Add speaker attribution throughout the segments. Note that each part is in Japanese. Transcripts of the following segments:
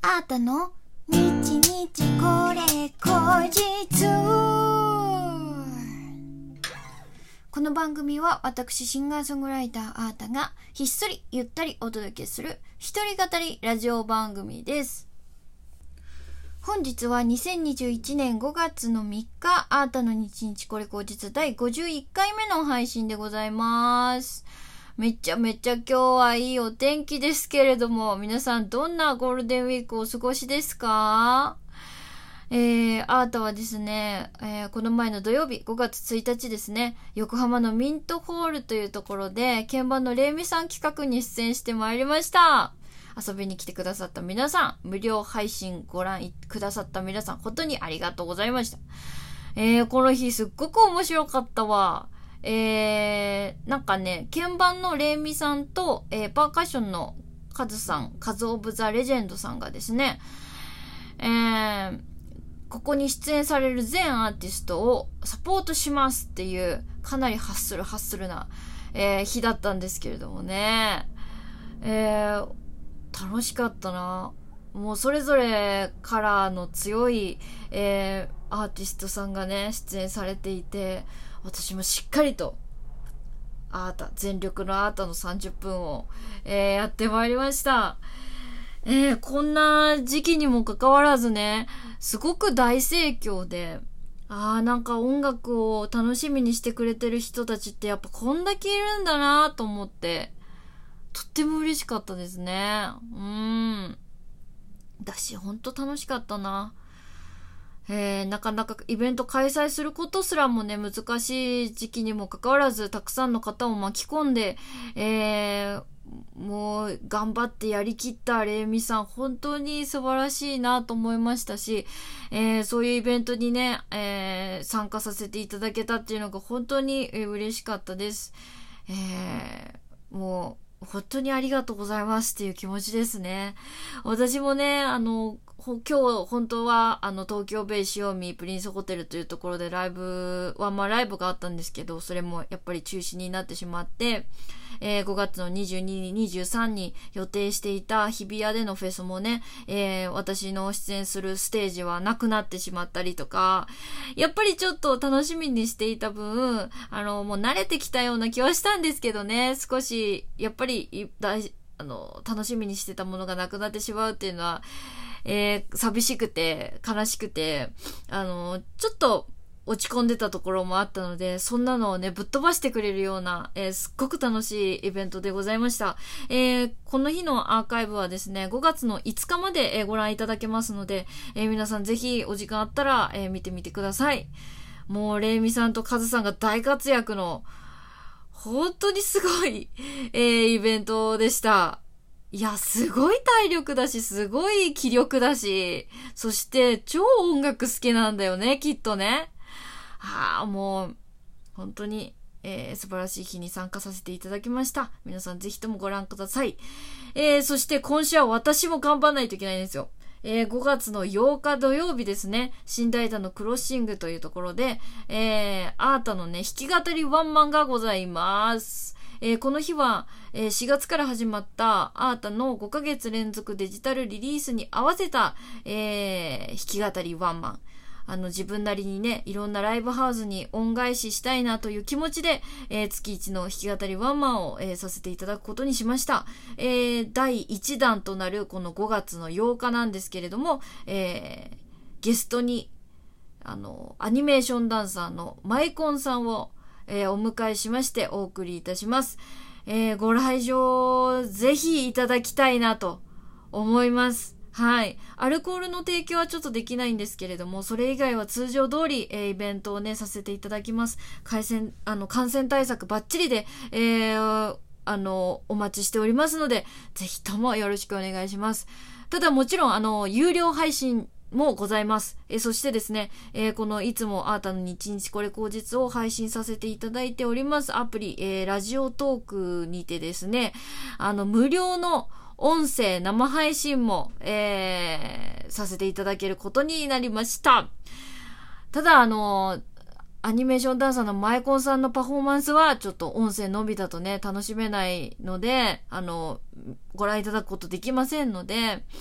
Speaker 1: あーたの日日これ後日。この番組は私シンガーソングライターあーたがひっそりゆったりお届けする一人語りラジオ番組です。本日は2021年5月の3日、あーたの日日これ後日第51回目の配信でございます。めちゃめちゃ今日はいいお天気ですけれども、皆さんどんなゴールデンウィークをお過ごしですか？アータはですね、この前の土曜日5月1日ですね、横浜のミントホールというところで鍵盤のレイミさん企画に出演してまいりました。遊びに来てくださった皆さん、無料配信ご覧くださった皆さん、本当にありがとうございました。この日すっごく面白かったわ。なんかね、鍵盤のレイミさんと、パーカッションのカズさん、カズオブザレジェンドさんがですね、ここに出演される全アーティストをサポートしますっていう、かなりハッスルな、日だったんですけれどもね。楽しかったな。もうそれぞれカラーの強い、アーティストさんがね、出演されていて、私もしっかりと全力のアータの30分を、やってまいりました。こんな時期にもかかわらずね、すごく大盛況で、なんか音楽を楽しみにしてくれてる人たちってやっぱこんだけいるんだなと思って、とっても嬉しかったですね。だし、ほんと楽しかったな。なかなかイベント開催することすらもね、難しい時期にもかかわらず、たくさんの方を巻き込んで、もう頑張ってやりきったレイミさん、本当に素晴らしいなと思いましたし、そういうイベントにね、参加させていただけたっていうのが本当に嬉しかったです。もう本当にありがとうございますっていう気持ちですね。私もね、今日本当は東京ベイシミプリンスホテルというところでワンマンライブがあったんですけど、それもやっぱり中止になってしまって、5月の22、23に予定していた日比谷でのフェスもね、私の出演するステージはなくなってしまったりとか、やっぱりちょっと楽しみにしていた分、もう慣れてきたような気はしたんですけどね、少しやっぱり楽しみにしてたものがなくなってしまうっていうのは、寂しくて悲しくて、ちょっと落ち込んでたところもあったので、そんなのをねぶっ飛ばしてくれるような、すっごく楽しいイベントでございました。この日のアーカイブはですね、5月の5日まで、ご覧いただけますので、皆さんぜひお時間あったら、見てみてください。もうレイミさんとカズさんが大活躍の本当にすごい、イベントでした。いや、すごい体力だし、すごい気力だし、そして超音楽好きなんだよね、きっとね。もう、本当に、素晴らしい日に参加させていただきました。皆さんぜひともご覧ください。そして今週は私も頑張らないといけないんですよ。5月の8日土曜日ですね、新大田のクロッシングというところで、アータのね、弾き語りワンマンがございます。この日は、4月から始まったアータの5ヶ月連続デジタルリリースに合わせた、弾き語りワンマン。自分なりにね、いろんなライブハウスに恩返ししたいなという気持ちで、月1の弾き語りワンマンを、させていただくことにしました。第1弾となるこの5月の8日なんですけれども、ゲストに、アニメーションダンサーのマイコンさんを、お迎えしましてお送りいたします。ご来場ぜひいただきたいなと思います。はい。アルコールの提供はちょっとできないんですけれども、それ以外は通常通り、イベントをね、させていただきます。感染対策バッチリで、お待ちしておりますので、ぜひともよろしくお願いします。ただもちろん、有料配信もございます。そしてですね、このいつもアータの日日これ後日を配信させていただいておりますアプリ、ラジオトークにてですね、無料の音声生配信も、させていただけることになりました。ただアニメーションダンサーのマイコンさんのパフォーマンスはちょっと音声のみだとね楽しめないのでご覧いただくことできませんので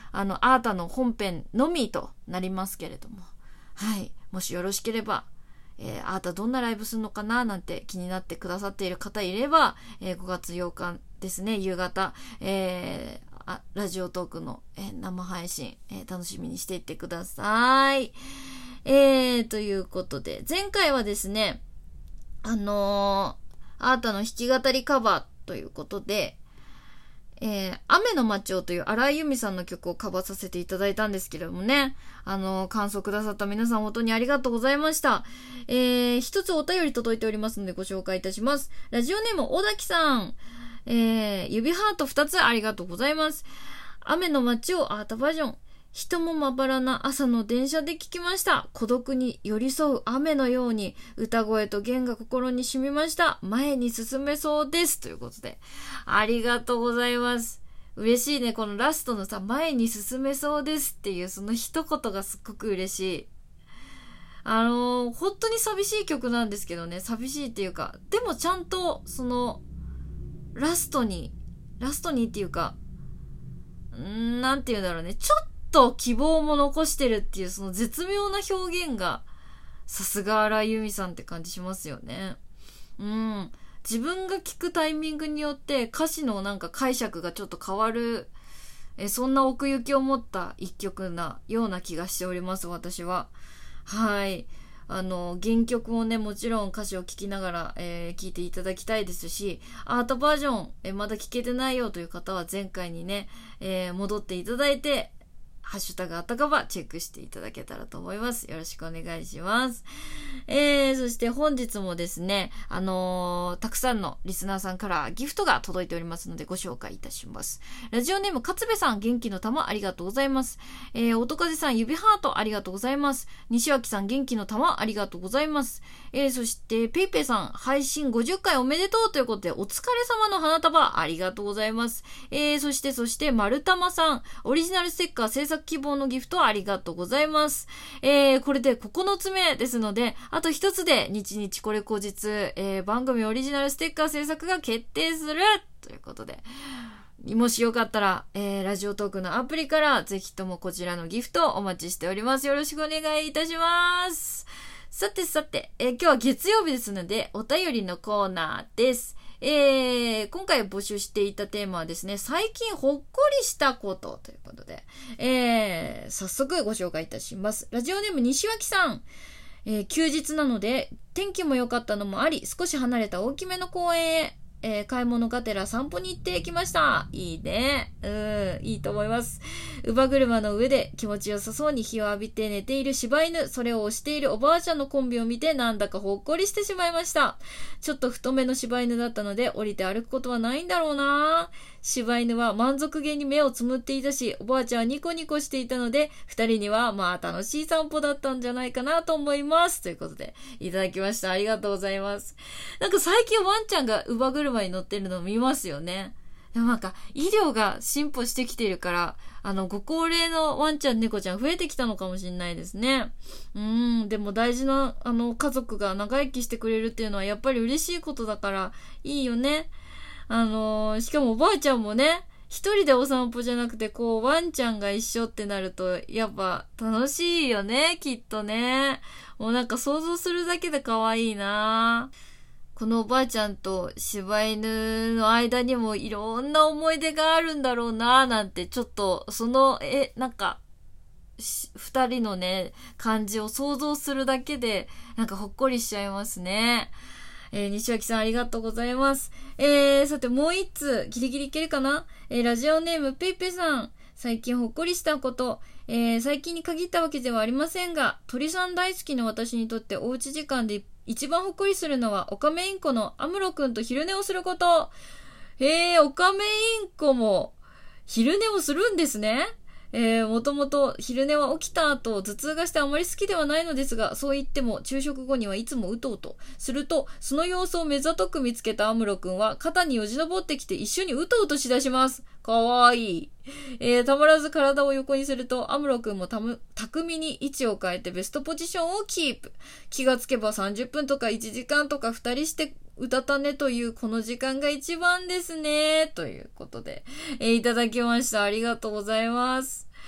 Speaker 1: アータの本編のみとなりますけれども、はい、もしよろしければ、アータどんなライブするのかななんて気になってくださっている方いれば、5月8日ですね、夕方、ラジオトークの、生配信、楽しみにしていってください。ということで、前回はですね、アータの弾き語りカバーということで、雨の街をという荒井由実さんの曲をカバーさせていただいたんですけれどもね、感想くださった皆さん本当にありがとうございました。一つお便り届いておりますのでご紹介いたします。ラジオネーム小滝さん、指ハート2つありがとうございます。雨の街をアートバージョン。人もまばらな朝の電車で聞きました。孤独に寄り添う雨のように歌声と弦が心に染みました。前に進めそうです。ということで。ありがとうございます。嬉しいね。このラストのさ、前に進めそうですっていうその一言がすっごく嬉しい。本当に寂しい曲なんですけどね。寂しいっていうか。でもちゃんとその、ラストにっていうか、なんていうんだろうね。ちょっと希望も残してるっていうその絶妙な表現がさすが荒井由実さんって感じしますよね。自分が聞くタイミングによって歌詞のなんか解釈がちょっと変わる、そんな奥行きを持った一曲なような気がしております、私は。はい。原曲もね、もちろん歌詞を聞きながら、聞いていただきたいですし、アートバージョン、まだ聞けてないよという方は前回にね、戻っていただいて、ハッシュタグあったかばチェックしていただけたらと思います。よろしくお願いします。そして本日もですね、たくさんのリスナーさんからギフトが届いておりますのでご紹介いたします。ラジオネーム勝部さん、元気の玉ありがとうございます。音風さん、指ハートありがとうございます。西脇さん、元気の玉ありがとうございます。そしてペイペイさん、配信50回おめでとうということでお疲れ様の花束ありがとうございます。そして丸玉さん、オリジナルステッカー制作希望のギフトありがとうございます。これで9つ目ですので、あと1つで日々これ後日、番組オリジナルステッカー制作が決定するということで、もしよかったら、ラジオトークのアプリからぜひともこちらのギフトをお待ちしております。よろしくお願いいたします。さて、今日は月曜日ですのでお便りのコーナーです。今回募集していたテーマはですね、最近ほっこりしたことということで、早速ご紹介いたします。ラジオネーム西脇さん、休日なので天気も良かったのもあり、少し離れた大きめの公園へ買い物がてら散歩に行ってきました。いいね。いいと思います。乳母車の上で気持ちよさそうに日を浴びて寝ている柴犬、それを押しているおばあちゃんのコンビを見てなんだかほっこりしてしまいました。ちょっと太めの柴犬だったので降りて歩くことはないんだろうな。柴犬は満足げに目をつむっていたし、おばあちゃんはニコニコしていたので、二人にはまあ楽しい散歩だったんじゃないかなと思います。ということで、いただきました。ありがとうございます。なんか最近ワンちゃんが乳母車に乗ってるのを見ますよね。でもなんか医療が進歩してきているから、ご高齢のワンちゃん猫ちゃん増えてきたのかもしれないですね。でも大事な家族が長生きしてくれるっていうのはやっぱり嬉しいことだからいいよね。しかもおばあちゃんもね、一人でお散歩じゃなくてこうワンちゃんが一緒ってなるとやっぱ楽しいよね、きっとね。もうなんか想像するだけで可愛いな。このおばあちゃんと柴犬の間にもいろんな思い出があるんだろうななんて、ちょっとそのなんか二人のね感じを想像するだけでなんかほっこりしちゃいますね。西脇さんありがとうございます。さてもう一つギリギリいけるかな。ラジオネームペイペさん、最近ほっこりしたこと、最近に限ったわけではありませんが、鳥さん大好きな私にとっておうち時間で一番ほっこりするのはオカメインコのアムロくんと昼寝をすること。オカメインコも昼寝をするんですね。もともと昼寝は起きた後頭痛がしてあまり好きではないのですが、そう言っても昼食後にはいつもうとうとすると、その様子を目ざとく見つけたアムロくんは肩によじ登ってきて一緒にうとうとしだします。かわいい。たまらず体を横にするとアムロくんも巧みに位置を変えてベストポジションをキープ。気がつけば30分とか1時間とか2人してうたた寝というこの時間が一番ですね。ということで、いただきました。ありがとうございます。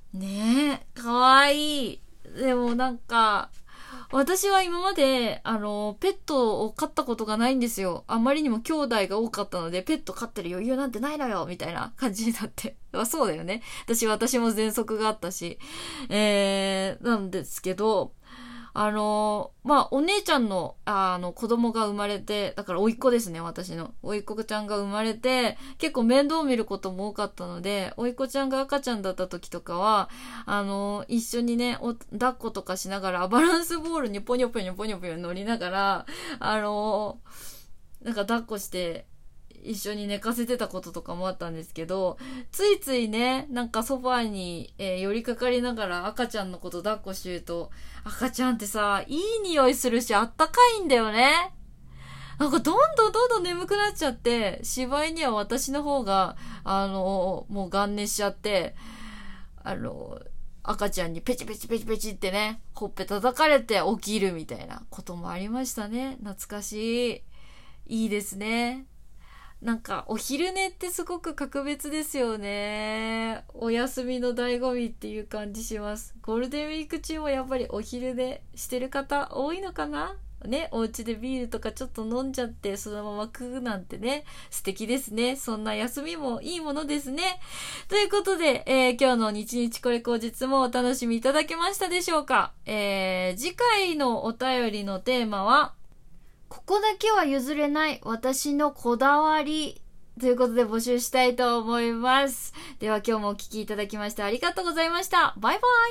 Speaker 1: ねえ、かわいい。でもなんか、私は今まで、ペットを飼ったことがないんですよ。あまりにも兄弟が多かったので、ペット飼ってる余裕なんてないのよみたいな感じになって。そうだよね。私も喘息があったし。なんですけど、お姉ちゃんの、子供が生まれて、だから甥っ子ですね、私の。甥っ子ちゃんが生まれて、結構面倒を見ることも多かったので、甥っ子ちゃんが赤ちゃんだった時とかは、一緒にね、抱っことかしながら、バランスボールにポニョポニョポニョポニョ乗りながら、なんか抱っこして、一緒に寝かせてたこととかもあったんですけど、ついついね、なんかソファーに、寄りかかりながら赤ちゃんのこと抱っこしてると、赤ちゃんってさ、いい匂いするしあったかいんだよね。なんかどんどん眠くなっちゃって、芝居には私の方が、もうガン寝しちゃって、赤ちゃんにペチペチペチペチってね、ほっぺ叩かれて起きるみたいなこともありましたね。懐かしい。いいですね。なんかお昼寝ってすごく格別ですよね。お休みの醍醐味っていう感じします。ゴールデンウィーク中もやっぱりお昼寝してる方多いのかなね、お家でビールとかちょっと飲んじゃってそのまま食うなんてね、素敵ですね。そんな休みもいいものですね。ということで、今日の日日これ口実もお楽しみいただけましたでしょうか。次回のお便りのテーマは、ここだけは譲れない私のこだわりということで募集したいと思います。では今日もお聞きいただきましてありがとうございました。バイバイ。